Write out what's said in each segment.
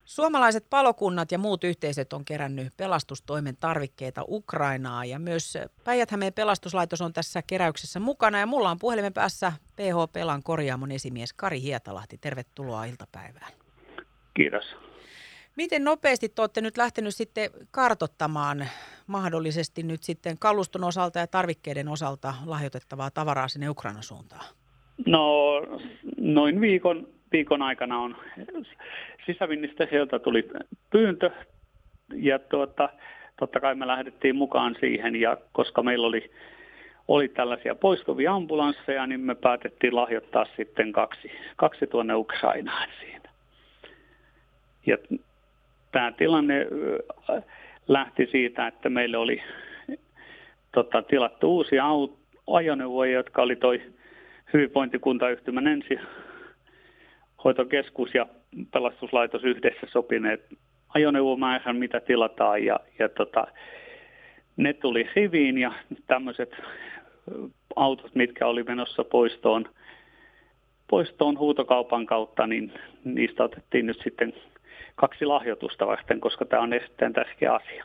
Suomalaiset palokunnat ja muut yhteisöt on kerännyt pelastustoimen tarvikkeita Ukrainaa ja myös Päijät-Hämeen pelastuslaitos on tässä keräyksessä mukana ja mulla on puhelimen päässä PH Pelan korjaamon esimies Kari Hietalahti. Tervetuloa iltapäivään. Kiitos. Miten nopeasti te olette nyt lähtenyt sitten kartoittamaan mahdollisesti nyt sitten kaluston osalta ja tarvikkeiden osalta lahjoitettavaa tavaraa sinne Ukrainan suuntaan? No noin viikon aikana on sisäministeriöltä tuli pyyntö ja totta kai me lähdettiin mukaan siihen ja koska meillä oli tällaisia poistuvia ambulansseja, niin me päätettiin lahjoittaa sitten kaksi tuonne Ukrainaan siinä. Ja tämä tilanne lähti siitä, että meille oli tilattu uusia ajoneuvoja, jotka oli toi hyvinvointikuntayhtymän ensihoitokeskus ja pelastuslaitos yhdessä sopineet ajoneuvomäärän, mitä tilataan. Ja ne tuli riviin ja tämmöiset autot, mitkä oli menossa poistoon huutokaupan kautta, niin niistä otettiin nyt sitten 2 lahjoitusta varten, koska tämä on erittäin tärkeä asia.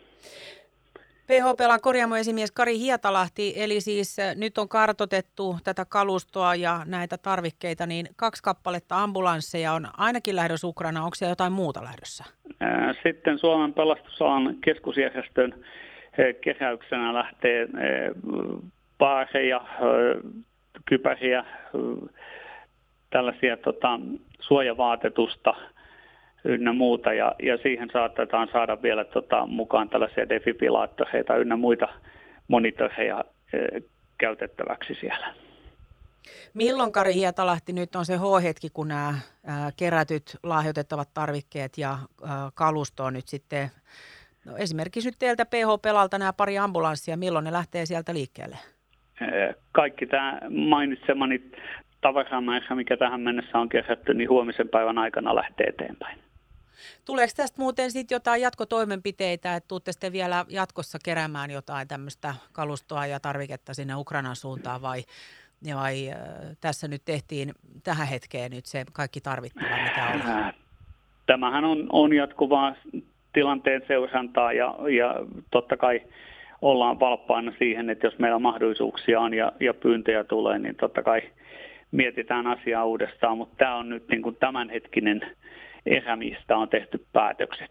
PH Pelan korjaamon esimies Kari Hietalahti, eli siis nyt on kartoitettu tätä kalustoa ja näitä tarvikkeita, niin 2 kappaletta ambulansseja on ainakin lähdössä Ukrainaan. Onko siellä jotain muuta lähdössä? Sitten Suomen pelastusalan keskusjärjestön keräyksenä lähtee paareja, kypäriä, tällaisia suojavaatetusta ynnä muuta, ja siihen saatetaan saada vielä mukaan tällaisia defibrillaattoreita ynnä muita monitoreja käytettäväksi siellä. Milloin, Kari Hietalahti, nyt on se H-hetki, kun nämä kerätyt lahjoitettavat tarvikkeet ja kalusto on nyt sitten, no esimerkiksi nyt teiltä PH Pelalta nämä 2 ambulanssia, milloin ne lähtee sieltä liikkeelle? Kaikki tämä mainitsemani tavaramäärä, mikä tähän mennessä on kerätty, niin huomisen päivän aikana lähtee eteenpäin. Tuleeko tästä muuten sitten jotain jatkotoimenpiteitä, että tuutte sitten vielä jatkossa keräämään jotain tämmöistä kalustoa ja tarviketta sinne Ukrainan suuntaan vai tässä nyt tehtiin tähän hetkeen nyt se kaikki tarvittava, mitä oli? Tämähän on jatkuvaa tilanteen seurantaa ja totta kai ollaan valppaina siihen, että jos meillä mahdollisuuksia on ja pyyntöjä tulee, niin totta kai mietitään asiaa uudestaan, mutta tämä on nyt niin kuin tämänhetkinen erä, mistä on tehty päätökset.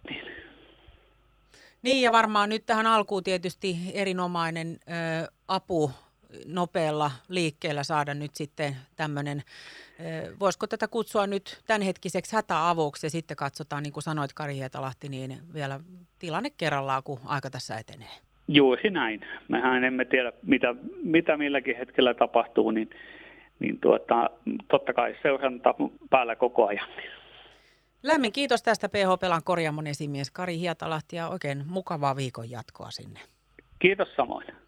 Niin ja varmaan nyt tähän alkuun tietysti erinomainen apu nopealla liikkeellä saada nyt sitten tämmöinen, voisiko tätä kutsua nyt tämänhetkiseksi hätäavuksi ja sitten katsotaan, niin kuin sanoit Kari Hietalahti, niin vielä tilanne kerrallaan, kun aika tässä etenee. Juuri näin. Mehän emme tiedä, mitä milläkin hetkellä tapahtuu, niin totta kai seuranta päällä koko ajan. Lämmin kiitos tästä PH Pelan korjaamon esimies Kari Hietalahti ja oikein mukavaa viikon jatkoa sinne. Kiitos samoin.